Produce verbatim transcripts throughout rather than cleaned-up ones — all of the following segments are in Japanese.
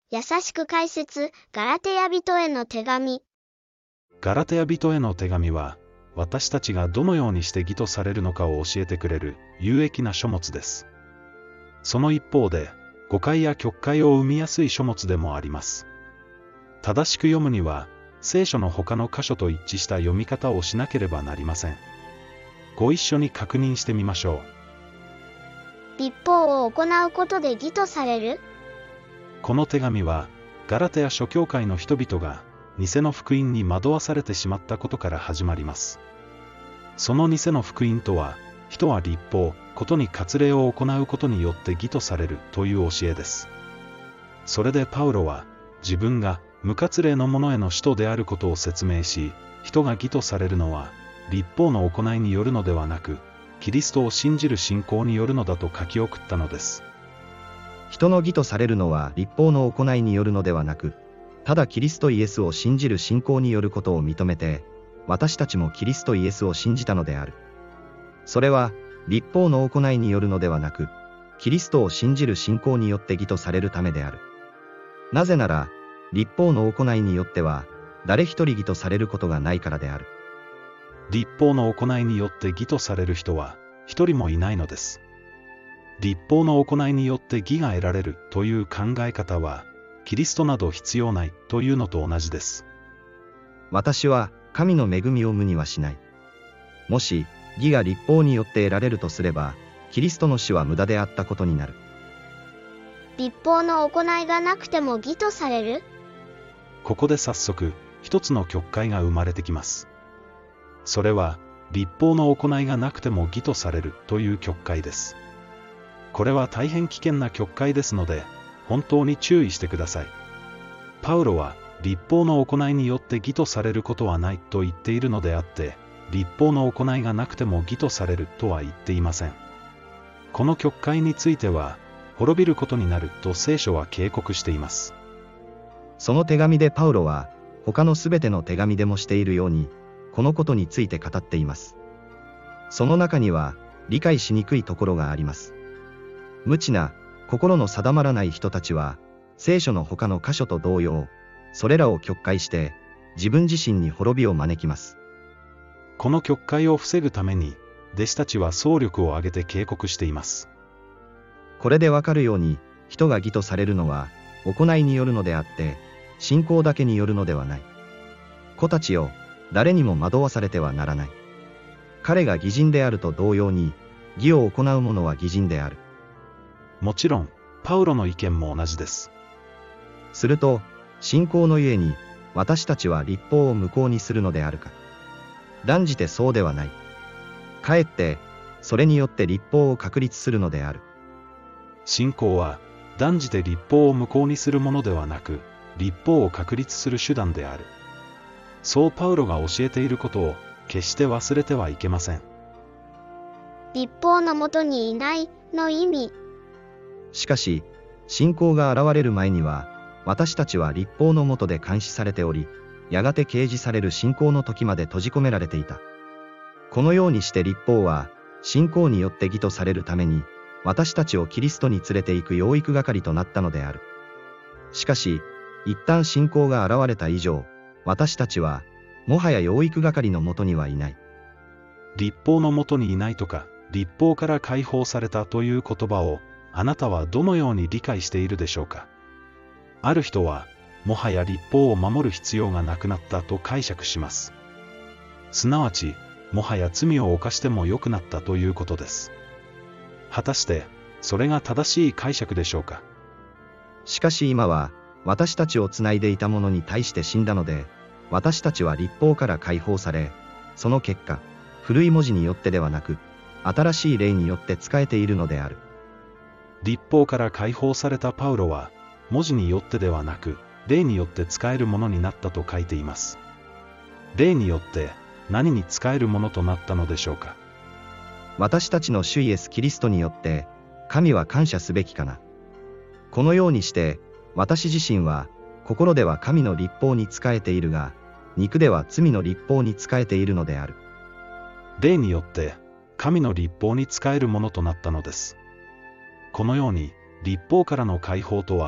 優しく解説、ガラテヤ人への手紙。 ガラテヤ人への手紙は、私たちがどのようにして義とされるのかを教えてくれる有益な書物です。その一方で、誤解や曲解を生みやすい書物でもあります。正しく読むには、聖書の他の箇所と一致した読み方をしなければなりません。ご一緒に確認してみましょう。律法を行うことで義とされる？ この手紙は、ガラテヤ諸教会の人々が、偽の福音に惑わされてしまったことから始まります。その偽の福音とは、人は律法、ことに割礼を行うことによって義とされるという教えです。それでパウロは、自分が無割礼の者への使徒であることを説明し、人が義とされるのは、律法の行いによるのではなく、キリストを信じる信仰によるのだと書き送ったのです。 人の義とされるのは律法の行いによるのではなく、ただキリストイエスを信じる信仰によることを認めて、私たちもキリストイエスを信じたのである。それは、律法の行いによるのではなく、キリストを信じる信仰によって義とされるためである。なぜなら、律法の行いによっては、誰一人義とされることがないからである。 律法の行いによって義とされる人は、一人もいないのです。律法の行いによって義が得られるという考え方は、キリストなど必要ないというのと同じです。 私は神の恵みを無にはしない。もし、義が律法によって得られるとすれば、キリストの死は無駄であったことになる。 律法の行いがなくても義とされる？ ここで早速、一つの曲解が生まれてきます。それは、律法の行いがなくても義とされるという曲解です。これは大変危険な曲解ですので、本当に注意してください。パウロは、律法の行いによって義とされることはないと言っているのであって、律法の行いがなくても義とされるとは言っていません。この曲解については、滅びることになると聖書は警告しています。 その手紙でパウロは、他のすべての手紙でもしているように、このことについて語っています。その中には、理解しにくいところがあります。無知な、心の定まらない人たちは、聖書の他の箇所と同様、それらを曲解して、自分自身に滅びを招きます。 この曲解を防ぐために、弟子たちは総力を挙げて警告しています。 これでわかるように、人が義とされるのは、行いによるのであって、信仰だけによるのではない。子たちよ、誰にも惑わされてはならない。彼が義人であると同様に、義を行う者は義人である。 もちろん、パウロの意見も同じです。 すると、信仰のゆえに、私たちは律法を無効にするのであるか。断じてそうではない。かえって、それによって律法を確立するのである。 信仰は、断じて律法を無効にするものではなく、律法を確立する手段である。そうパウロが教えていることを、決して忘れてはいけません。 律法のもとにいないの意味。 しかし、信仰が現れる前には、私たちは律法の下で監視されており、やがて掲示される信仰の時まで閉じ込められていた。このようにして律法は、信仰によって義とされるために、私たちをキリストに連れて行く養育係となったのである。しかし、一旦信仰が現れた以上、私たちは、もはや養育係のもとにはいない。 律法のもとにいないとか、律法から解放されたという言葉を、あなたはどのように理解しているでしょうか。ある人は、もはや律法を守る必要がなくなったと解釈します。すなわち、もはや罪を犯してもよくなったということです。果たして、それが正しい解釈でしょうか。 しかし今は、私たちをつないでいたものに対して死んだので、私たちは律法から解放され、その結果、古い文字によってではなく、新しい霊によって仕えているのである。 律法から解放されたパウロは、文字によってではなく、霊によって使えるものになったと書いています。霊によって何に使えるものとなったのでしょうか。 私たちの主イエス・キリストによって、神は感謝すべきかな。このようにして、私自身は、心では神の律法に仕えているが、肉では罪の律法に仕えているのである。 霊によって、神の律法に仕えるものとなったのです。このように、律法からの解放とは、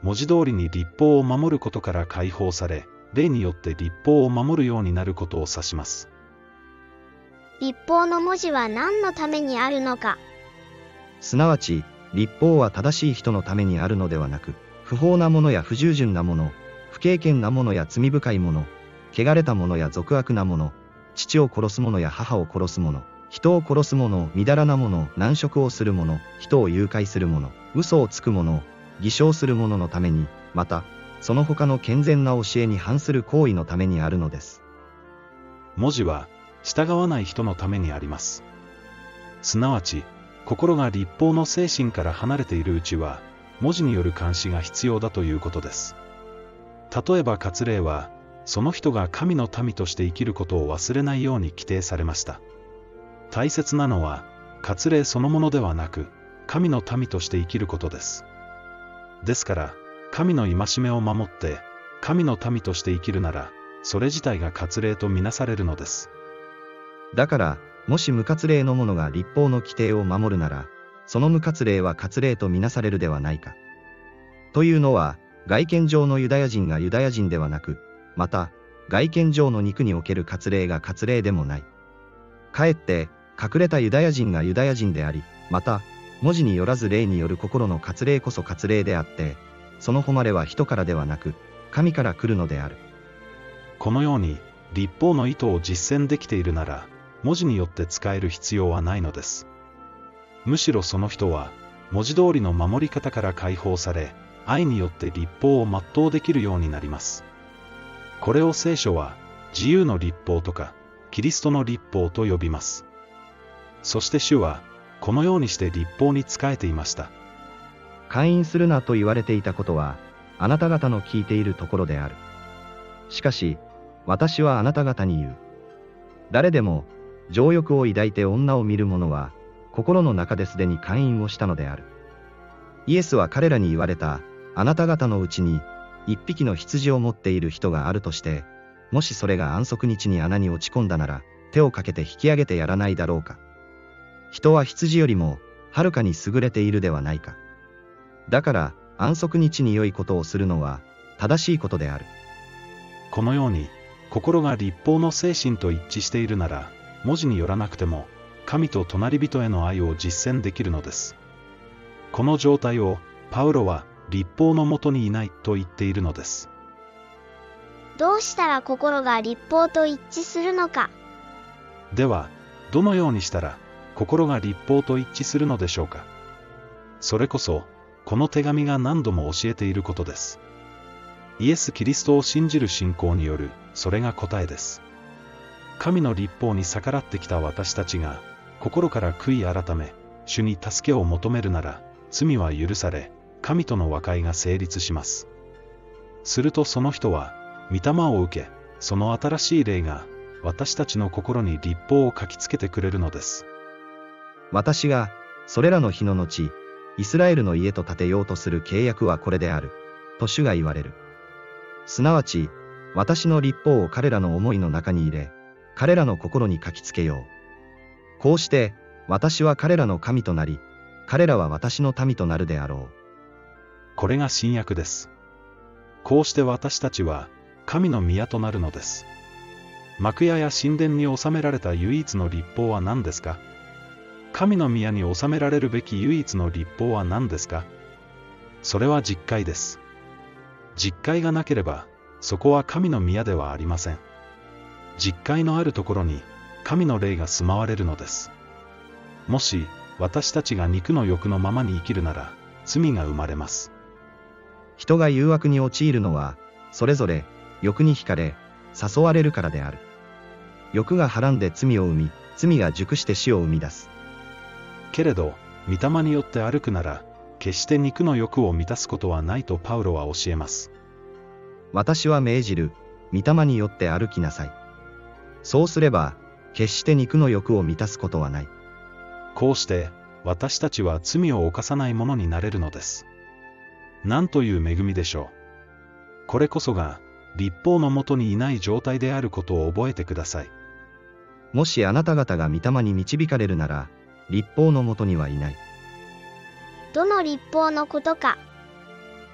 文字通りに律法を守ることから解放され、霊によって律法を守るようになることを指します。 律法の文字は何のためにあるのか。 すなわち、律法は正しい人のためにあるのではなく、不法なものや不従順なもの、不敬虔なものや罪深いもの、汚れたものや俗悪なもの、父を殺す者や母を殺す者、人を殺す者、みだらな者、難食をする者、人を誘拐する者、嘘をつく者、偽証する者のために、また、その他の健全な教えに反する行為のためにあるのです。 文字は、従わない人のためにあります。すなわち、心が律法の精神から離れているうちは、文字による監視が必要だということです。例えば割礼は、その人が神の民として生きることを忘れないように規定されました。大切なのは、割礼そのものではなく、神の民として生きることです。ですから、神の戒めを守って、神の民として生きるなら、それ自体が割礼とみなされるのです。 だから、もし無割礼の者が律法の規定を守るなら、その無割礼は割礼とみなされるではないか。というのは、外見上のユダヤ人がユダヤ人ではなく、また、外見上の肉における割礼が割礼でもない。かえって、隠れたユダヤ人がユダヤ人であり、また、文字によらず霊による心の割礼こそ割礼であって、その誉れは人からではなく、神から来るのである。 このように、律法の意図を実践できているなら、文字によって使える必要はないのです。むしろその人は、文字通りの守り方から解放され、愛によって律法を全うできるようになります。これを聖書は、自由の律法とか、キリストの律法と呼びます。そして主は、このようにして律法に仕えていました。 姦淫するなと言われていたことは、あなた方の聞いているところである。しかし、私はあなた方に言う。誰でも、情欲を抱いて女を見る者は、心の中ですでに姦淫をしたのである。イエスは彼らに言われた、あなた方のうちに、一匹の羊を持っている人があるとして、もしそれが安息日に穴に落ち込んだなら、手をかけて引き上げてやらないだろうか。人は羊よりも、はるかに優れているではないか。だから、安息日に良いことをするのは、正しいことである。 このように、心が律法の精神と一致しているなら、文字によらなくても、神と隣人への愛を実践できるのです。この状態を、パウロは、律法のもとにいないと言っているのです。 どうしたら心が律法と一致するのか。 では、どのようにしたら、心が律法と一致するのでしょうか。それこそ、この手紙が何度も教えていることです。イエス・キリストを信じる信仰による、それが答えです。神の律法に逆らってきた私たちが、心から悔い改め、主に助けを求めるなら、罪は許され、神との和解が成立します。するとその人は、御霊を受け、その新しい霊が、私たちの心に律法を書きつけてくれるのです。 私が、それらの日の後、イスラエルの家と建てようとする契約はこれである、と主が言われる。すなわち、私の律法を彼らの思いの中に入れ、彼らの心に書きつけよう。こうして、私は彼らの神となり、彼らは私の民となるであろう。 これが新約です。こうして私たちは、神の宮となるのです。幕屋や神殿に収められた唯一の律法は何ですか？神の宮に収められるべき唯一の律法は何ですか？それは実戒です。実戒がなければ、そこは神の宮ではありません。実戒のあるところに、神の霊が住まわれるのです。もし、私たちが肉の欲のままに生きるなら、罪が生まれます。 人が誘惑に陥るのは、それぞれ、欲に惹かれ、誘われるからである。欲がはらんで罪を生み、罪が熟して死を生み出す。 けれど、御霊によって歩くなら、決して肉の欲を満たすことはないとパウロは教えます。 私は命じる、御霊によって歩きなさい。そうすれば、決して肉の欲を満たすことはない。 こうして、私たちは罪を犯さないものになれるのです。なんという恵みでしょう。これこそが、律法のもとにいない状態であることを覚えてください。 もしあなた方が御霊に導かれるなら、律法のもとにはいない。 どの律法のことか。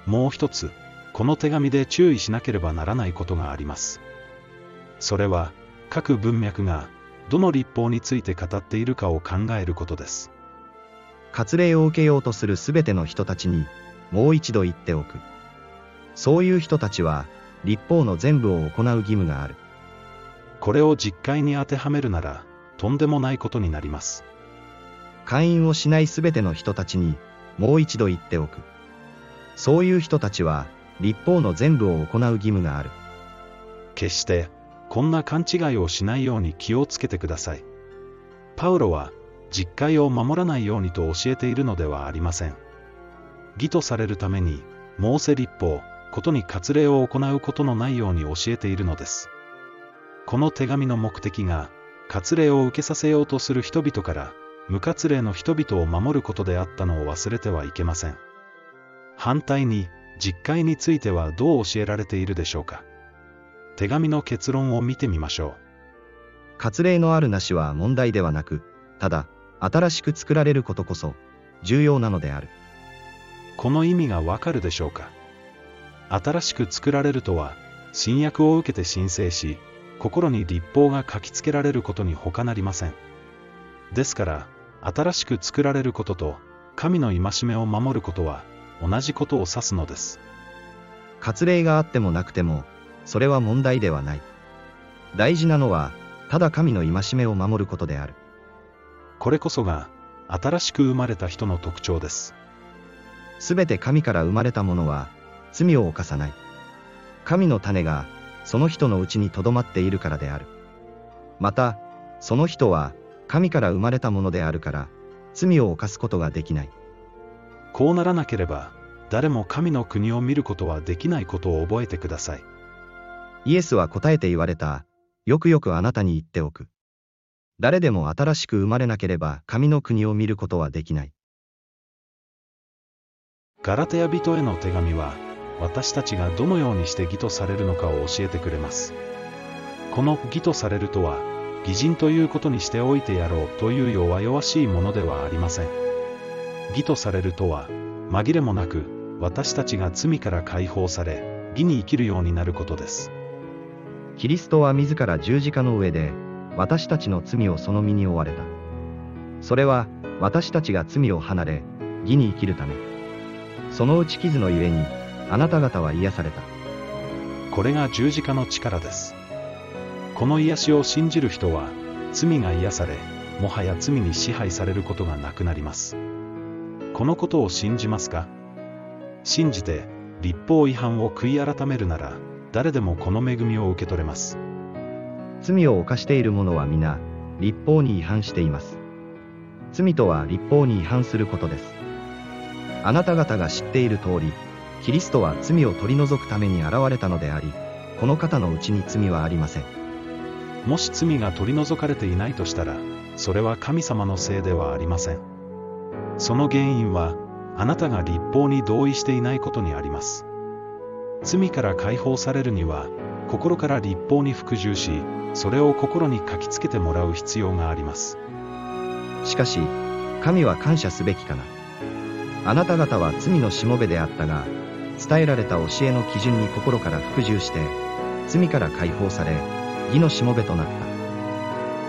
もう一つ、この手紙で注意しなければならないことがあります。それは、各文脈が、どの律法について語っているかを考えることです。 割礼を受けようとするすべての人たちに、もう一度言っておく。そういう人たちは、律法の全部を行う義務がある。 これを実戒に当てはめるなら、とんでもないことになります。 勧誘をしないすべての人たちに、もう一度言っておく。そういう人たちは、律法の全部を行う義務がある。 決して、こんな勘違いをしないように気をつけてください。パウロは、実戒を守らないようにと教えているのではありません。義とされるために、モーセ律法、ことに割礼を行うことのないように教えているのです。この手紙の目的が、割礼を受けさせようとする人々から、無割礼の人々を守ることであったのを忘れてはいけません。反対に、実戒についてはどう教えられているでしょうか。手紙の結論を見てみましょう。 割礼のあるなしは問題ではなく、ただ、新しく作られることこそ、重要なのである。 この意味がわかるでしょうか。新しく作られるとは、新約を受けて申請し、心に律法が書きつけられることに他なりません。ですから、新しく作られることと、神の戒めを守ることは、同じことを指すのです。 割礼があってもなくても、それは問題ではない。大事なのは、ただ神の戒めを守ることである。 これこそが、新しく生まれた人の特徴です。 すべて神から生まれたものは、罪を犯さない。神の種が、その人のうちにとどまっているからである。また、その人は、神から生まれたものであるから、罪を犯すことができない。 こうならなければ、誰も神の国を見ることはできないことを覚えてください。 イエスは答えて言われた。よくよくあなたに言っておく。誰でも新しく生まれなければ神の国を見ることはできない。 ガラテヤ人への手紙は、私たちがどのようにして義とされるのかを教えてくれます。この義とされるとは、義人ということにしておいてやろうという弱々しいものではありません。義とされるとは、紛れもなく、私たちが罪から解放され、義に生きるようになることです。 キリストは自ら十字架の上で、私たちの罪をその身に負われた。それは、私たちが罪を離れ、義に生きるため。その打ち傷のゆえに、あなた方は癒された。 これが十字架の力です。この癒しを信じる人は、罪が癒され、もはや罪に支配されることがなくなります。このことを信じますか？信じて、律法違反を悔い改めるなら、誰でもこの恵みを受け取れます。 罪を犯している者は皆、律法に違反しています。罪とは律法に違反することです。あなた方が知っている通り、キリストは罪を取り除くために現れたのであり、この方のうちに罪はありません。 もし罪が取り除かれていないとしたら、それは神様のせいではありません。その原因は、あなたが律法に同意していないことにあります。罪から解放されるには、心から律法に服従し、それを心に書きつけてもらう必要があります。 しかし、神は感謝すべきかな。あなた方は罪のしもべであったが、伝えられた教えの基準に心から服従して、罪から解放され、義のしもべとなった。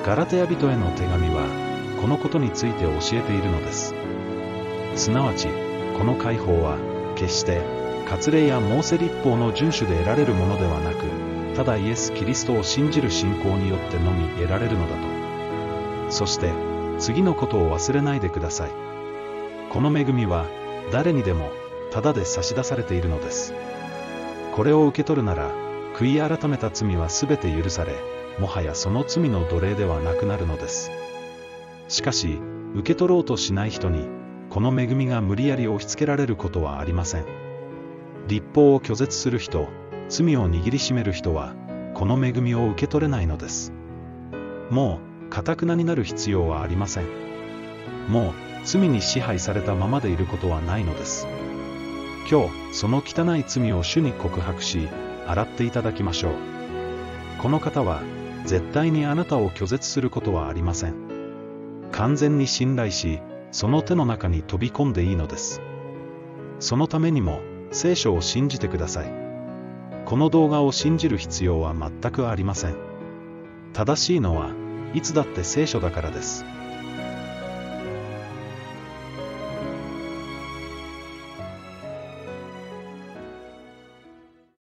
ガラテヤ人への手紙は、このことについて教えているのです。すなわち、この解放は、決して、割礼やモーセ律法の遵守で得られるものではなく、ただイエス・キリストを信じる信仰によってのみ得られるのだと。そして、次のことを忘れないでください。この恵みは、誰にでも、ただで差し出されているのです。これを受け取るなら、悔い改めた罪はすべて許され、もはやその罪の奴隷ではなくなるのです。しかし、受け取ろうとしない人に、この恵みが無理やり押し付けられることはありません。律法を拒絶する人、罪を握りしめる人は、この恵みを受け取れないのです。もう、頑なになる必要はありません。もう、罪に支配されたままでいることはないのです。今日、その汚い罪を主に告白し、洗っていただきましょう。この方は、絶対にあなたを拒絶することはありません。完全に信頼し、その手の中に飛び込んでいいのです。そのためにも、 聖書を信じてください。この動画を信じる必要は全くありません。正しいのはいつだって聖書だからです。